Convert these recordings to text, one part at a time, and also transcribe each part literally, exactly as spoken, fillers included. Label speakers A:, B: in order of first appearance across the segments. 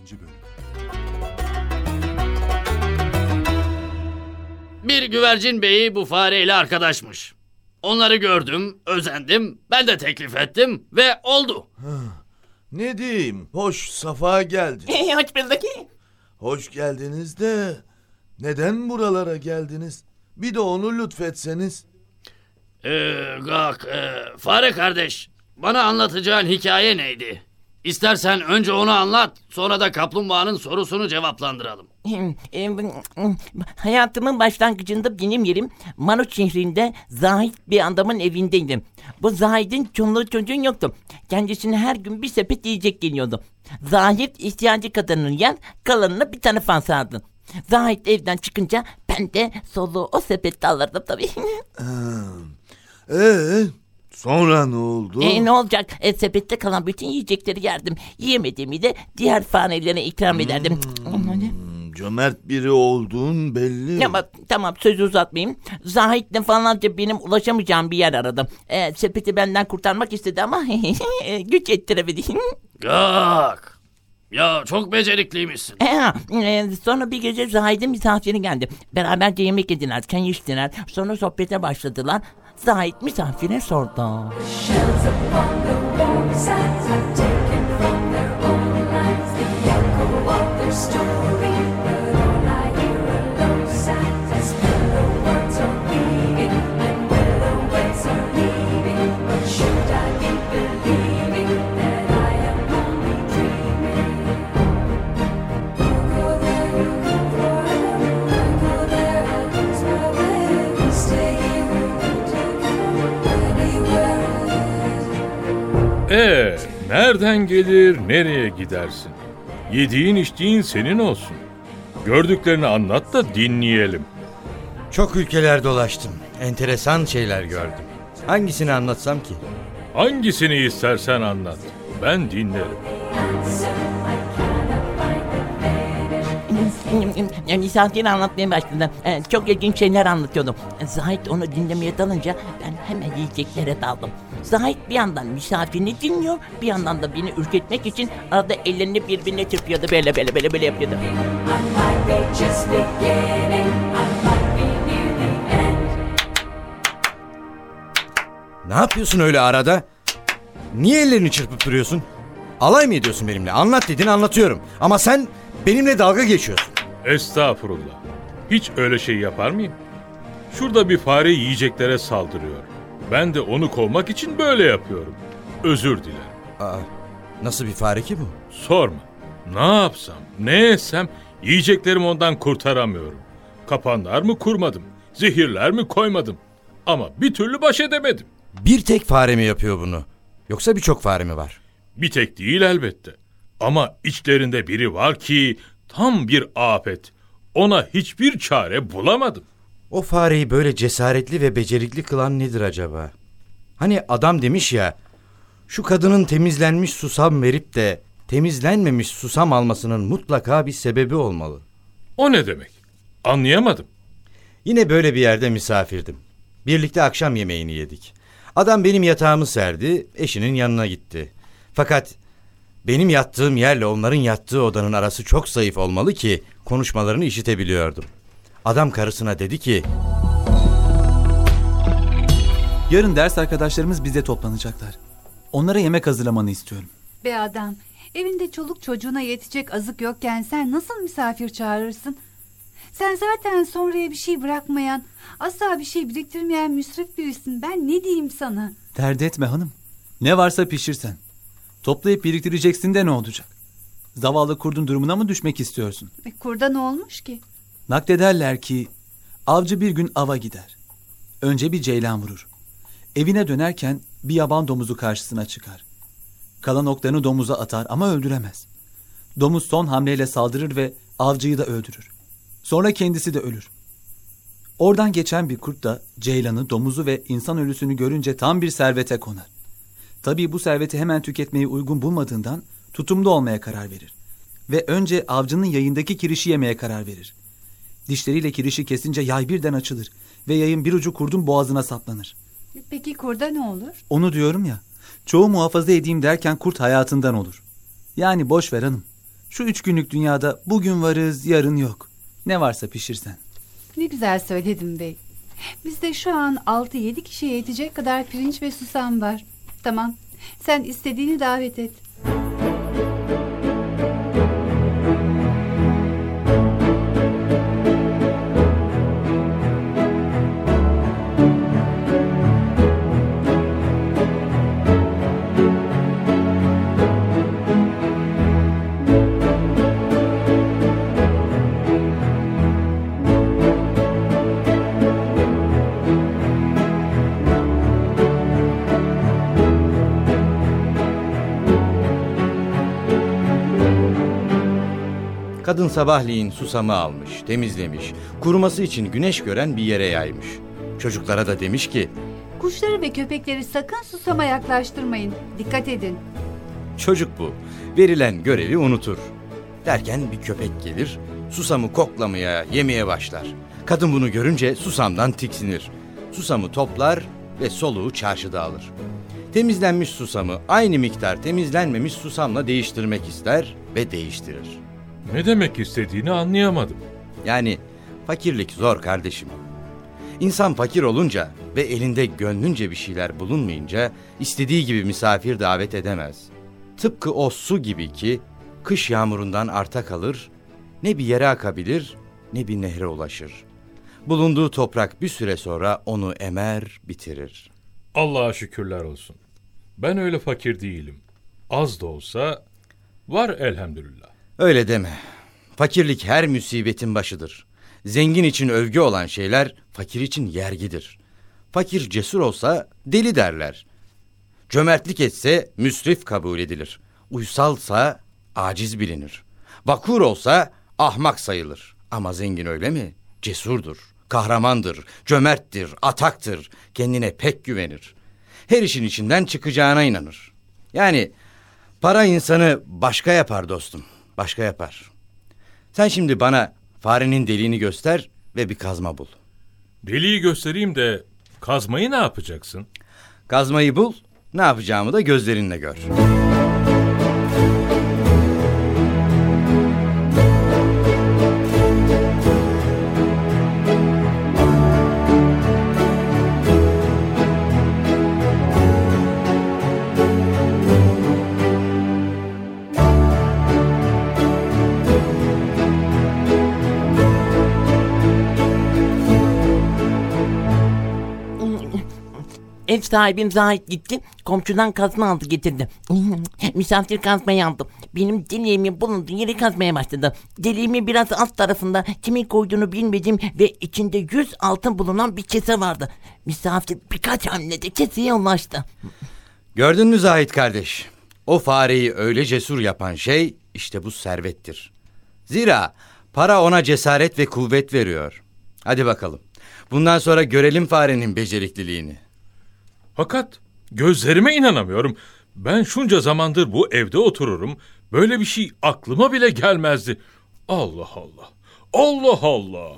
A: ikinci bölüm.
B: Bir güvercin beyi bu fareyle arkadaşmış. Onları gördüm, özendim, ben de teklif ettim ve oldu.
C: Ne diyeyim, hoş safa geldin.
D: Hoş bulduk.
C: Hoş geldiniz de neden buralara geldiniz? Bir de onu lütfetseniz.
B: Ee, Gak, e, fare kardeş, bana anlatacağın hikaye neydi? İstersen önce onu anlat, sonra da kaplumbağanın sorusunu cevaplandıralım.
D: Hayatımın başlangıcında benim yerim Manut şehrinde Zahid bir adamın evindeydim. Bu Zahid'in çoluğu çocuğun yoktu. Kendisine her gün bir sepet yiyecek geliyordu. Zahid ihtiyacı kadarını yer, kalanını bir tane fazla aldı. Zahid evden çıkınca ben de soluğu o sepette alırdım tabii.
C: Eee sonra ne oldu?
D: E, ne olacak? E, sepette kalan bütün yiyecekleri yerdim. Yiyemediğimi de diğer farelere ikram ederdim.
C: Hmm, cömert biri olduğun belli.
D: Ama tamam, sözü uzatmayayım. Zahit'le falanca benim ulaşamayacağım bir yer aradım. E, sepeti benden kurtarmak istedi ama güç ettiremedi.
B: Gak, ya çok becerikliymişsin.
D: E, e, sonra bir gece Zahid'in misafiri geldi. Beraberce yemek yediler, çay içtiler. Sonra sohbete başladılar. Zahid misafire sordu.
E: Ee, nereden gelir, nereye gidersin? Yediğin içtiğin senin olsun. Gördüklerini anlat da dinleyelim.
F: Çok ülkeler dolaştım. Enteresan şeyler gördüm. Hangisini anlatsam ki?
E: Hangisini istersen anlat. Ben dinlerim.
D: Misafiri anlatmaya başladı. E, çok ilginç şeyler anlatıyordum. Zahid onu dinlemeye dalınca ben hemen yiyeceklere daldım. Zahid bir yandan misafirini dinliyor, bir yandan da beni ürkütmek için arada ellerini birbirine çırpıyordu. Böyle böyle böyle böyle yapıyordu.
F: Ne yapıyorsun öyle arada? Niye ellerini çırpıp duruyorsun? Alay mı ediyorsun benimle? Anlat dedin, anlatıyorum. Ama sen benimle dalga geçiyorsun.
E: Estağfurullah. Hiç öyle şey yapar mıyım? Şurada bir fare yiyeceklere saldırıyor. Ben de onu kovmak için böyle yapıyorum. Özür dilerim.
F: Aa, nasıl bir fare ki bu?
E: Sorma. Ne yapsam, ne etsem yiyeceklerimi ondan kurtaramıyorum. Kapanlar mı kurmadım, zehirler mi koymadım. Ama bir türlü baş edemedim.
F: Bir tek fare mi yapıyor bunu? Yoksa birçok fare mi var?
E: Bir tek değil elbette. Ama içlerinde biri var ki tam bir afet. Ona hiçbir çare bulamadım.
F: O fareyi böyle cesaretli ve becerikli kılan nedir acaba? Hani adam demiş ya, şu kadının temizlenmiş susam verip de temizlenmemiş susam almasının mutlaka bir sebebi olmalı.
E: O ne demek? Anlayamadım.
F: Yine böyle bir yerde misafirdim. Birlikte akşam yemeğini yedik. Adam benim yatağımı serdi, eşinin yanına gitti. Fakat benim yattığım yerle onların yattığı odanın arası çok zayıf olmalı ki konuşmalarını işitebiliyordum. Adam karısına dedi ki...
A: Yarın ders arkadaşlarımız bize toplanacaklar. Onlara yemek hazırlamanı istiyorum.
G: Be adam, evinde çoluk çocuğuna yetecek azık yokken sen nasıl misafir çağırırsın? Sen zaten sonraya bir şey bırakmayan, asla bir şey biriktirmeyen müsrif birisin. Ben ne diyeyim sana?
A: Dert etme hanım. Ne varsa pişirsen. Toplayıp biriktireceksin de ne olacak? Zavallı kurdun durumuna mı düşmek istiyorsun?
G: E, kurda ne olmuş ki?
A: Naklederler ki avcı bir gün ava gider. Önce bir ceylan vurur. Evine dönerken bir yaban domuzu karşısına çıkar. Kalan oklarını domuza atar ama öldüremez. Domuz son hamleyle saldırır ve avcıyı da öldürür. Sonra kendisi de ölür. Oradan geçen bir kurt da ceylanı, domuzu ve insan ölüsünü görünce tam bir servete konar. Tabii bu serveti hemen tüketmeyi uygun bulmadığından tutumlu olmaya karar verir. Ve önce avcının yayındaki kirişi yemeye karar verir. Dişleriyle kirişi kesince yay birden açılır ve yayın bir ucu kurdun boğazına saplanır.
G: Peki kurda ne olur?
A: Onu diyorum ya, çoğu muhafaza edeyim derken kurt hayatından olur. Yani boş ver hanım. Şu üç günlük dünyada bugün varız, yarın yok. Ne varsa pişirsen.
G: Ne güzel söyledin bey. Bizde şu an altı yedi kişiye yetecek kadar pirinç ve susam var. Tamam, sen istediğini davet et.
F: Kadın sabahleyin susamı almış, temizlemiş, kuruması için güneş gören bir yere yaymış. Çocuklara da demiş ki,
G: Kuşları ve köpekleri sakın susama yaklaştırmayın. Dikkat edin.
F: çocuk bu, verilen görevi unutur. Derken bir köpek gelir, susamı koklamaya, yemeye başlar. Kadın bunu görünce susamdan tiksinir. Susamı toplar ve soluğu çarşıda alır. Temizlenmiş susamı aynı miktar temizlenmemiş susamla değiştirmek ister ve değiştirir.
E: Ne demek istediğini anlayamadım.
F: Yani fakirlik zor kardeşim. İnsan fakir olunca ve elinde gönlünce bir şeyler bulunmayınca istediği gibi misafir davet edemez. Tıpkı o su gibi ki kış yağmurundan arta kalır, ne bir yere akabilir ne bir nehre ulaşır. Bulunduğu toprak bir süre sonra onu emer bitirir.
E: Allah'a şükürler olsun. Ben öyle fakir değilim. Az da olsa var elhamdülillah.
F: Öyle deme. Fakirlik her musibetin başıdır. Zengin için övgü olan şeyler fakir için yergidir. Fakir cesur olsa deli derler. Cömertlik etse müsrif kabul edilir. Uysalsa aciz bilinir. Vakur olsa ahmak sayılır. Ama zengin öyle mi? Cesurdur, kahramandır, cömerttir, ataktır. Kendine pek güvenir. Her işin içinden çıkacağına inanır. Yani para insanı başka yapar dostum. Başka yapar. Sen şimdi bana farenin deliğini göster ve bir kazma bul.
E: Deliği göstereyim de kazmayı ne yapacaksın?
F: Kazmayı bul, ne yapacağımı da gözlerinle gör.
D: Ev sahibim Zahit gitti. Komşudan kazma aldı getirdi. Misafir kazmayı aldım. Benim deliğimin bulunduğu yeri kazmaya başladı. Deliğimin biraz alt tarafında kimin koyduğunu bilmediğim ve içinde yüz altın bulunan bir kese vardı. Misafir birkaç hamlede keseye ulaştı.
F: Gördün mü Zahit kardeş? O fareyi öyle cesur yapan şey işte bu servettir. Zira para ona cesaret ve kuvvet veriyor. Hadi bakalım. Bundan sonra görelim farenin becerikliliğini.
E: Fakat gözlerime inanamıyorum. Ben şunca zamandır bu evde otururum. Böyle bir şey aklıma bile gelmezdi. Allah Allah. Allah Allah.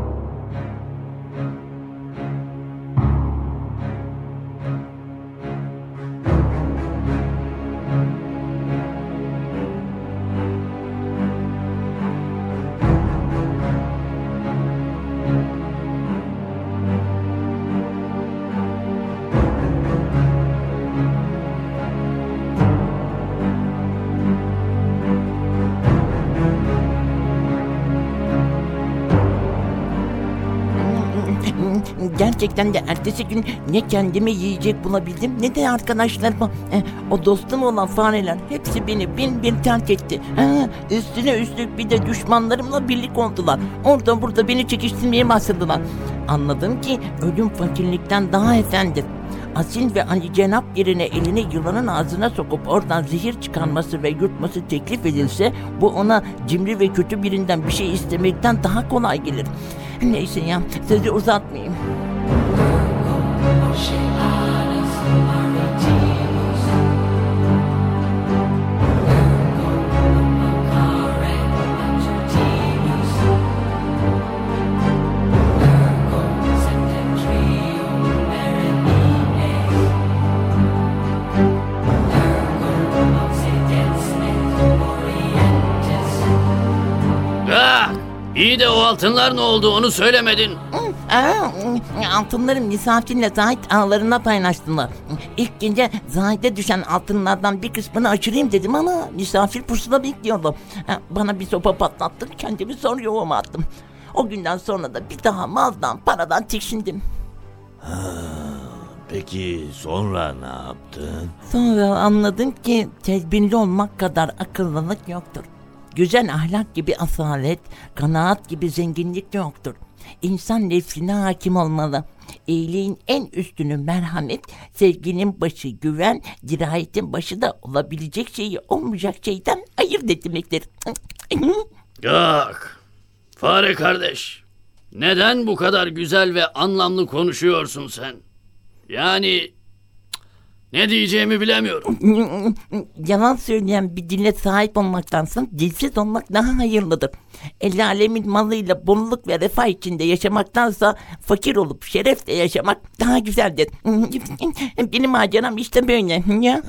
D: Gerçekten de ertesi gün ne kendime yiyecek bulabildim ne de arkadaşlarıma. E, o dostum olan fareler hepsi beni bin bir terk etti. Ha, üstüne üstlük bir de düşmanlarımla birlik oldular. Orada burada beni çekiştirmeye başladılar. Anladım ki ölüm fakirlikten daha efendim. Asil ve Ali Cenap yerine elini yılanın ağzına sokup oradan zehir çıkarması ve yutması teklif edilse bu ona cimri ve kötü birinden bir şey istemekten daha kolay gelir. Neyse ya, sözü uzatmayayım.
B: İyi de o altınlar ne oldu onu söylemedin.
D: Aa, altınları misafirle Zahit ağlarına paylaştılar. İlk gece Zahit'e düşen altınlardan bir kısmını açırayım dedim ama misafir pusula bekliyordu. Bana bir sopa patlattım, kendimi zor yuvama attım. O günden sonra da bir daha maldan paradan tiksindim.
H: Peki sonra ne yaptın?
D: Sonra anladım ki tedbirli olmak kadar akıllılık yoktur. Güzel ahlak gibi asalet, kanaat gibi zenginlik yoktur. İnsan nefsine hakim olmalı. İyiliğin en üstünü merhamet, sevginin başı güven, dirayetin başı da olabilecek şeyi olmayacak şeyden ayırt etmektir.
B: Gak. Fare kardeş. Neden bu kadar güzel ve anlamlı konuşuyorsun sen? Yani ne diyeceğimi bilemiyorum.
D: Yalan söyleyen bir dile sahip olmaktansa dilsiz olmak daha hayırlıdır. El alemin malıyla bolluk ve refah içinde yaşamaktansa fakir olup şerefle yaşamak daha güzeldir. Benim maceram işte böyle. Ya.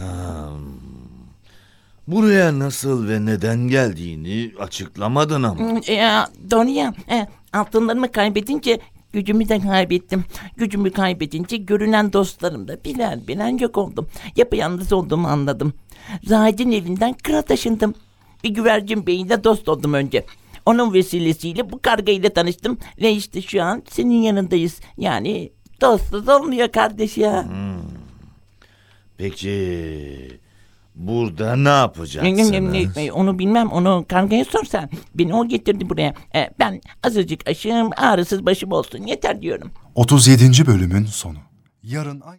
H: Buraya nasıl ve neden geldiğini açıklamadın ama.
D: Ya, doğru ya. E, altınlarımı kaybedince gücümü de kaybettim. Gücümü kaybedince görünen dostlarım da birer birer yok oldum. Yapayalnız olduğumu anladım. Zahid'in evinden kıra taşındım. Bir güvercin beyiyle dost oldum önce. Onun vesilesiyle bu kargayla tanıştım ve işte şu an senin yanındayız. Yani dostuz olmuyor kardeş ya.
H: Hmm. Peki burada ne yapacaksınız?
D: Onu bilmem, onu kargaya sorsan. Beni o getirdi buraya. Ben azıcık aşığım, ağrısız başım olsun yeter diyorum.
I: otuz yedinci bölümün sonu. Yarın ay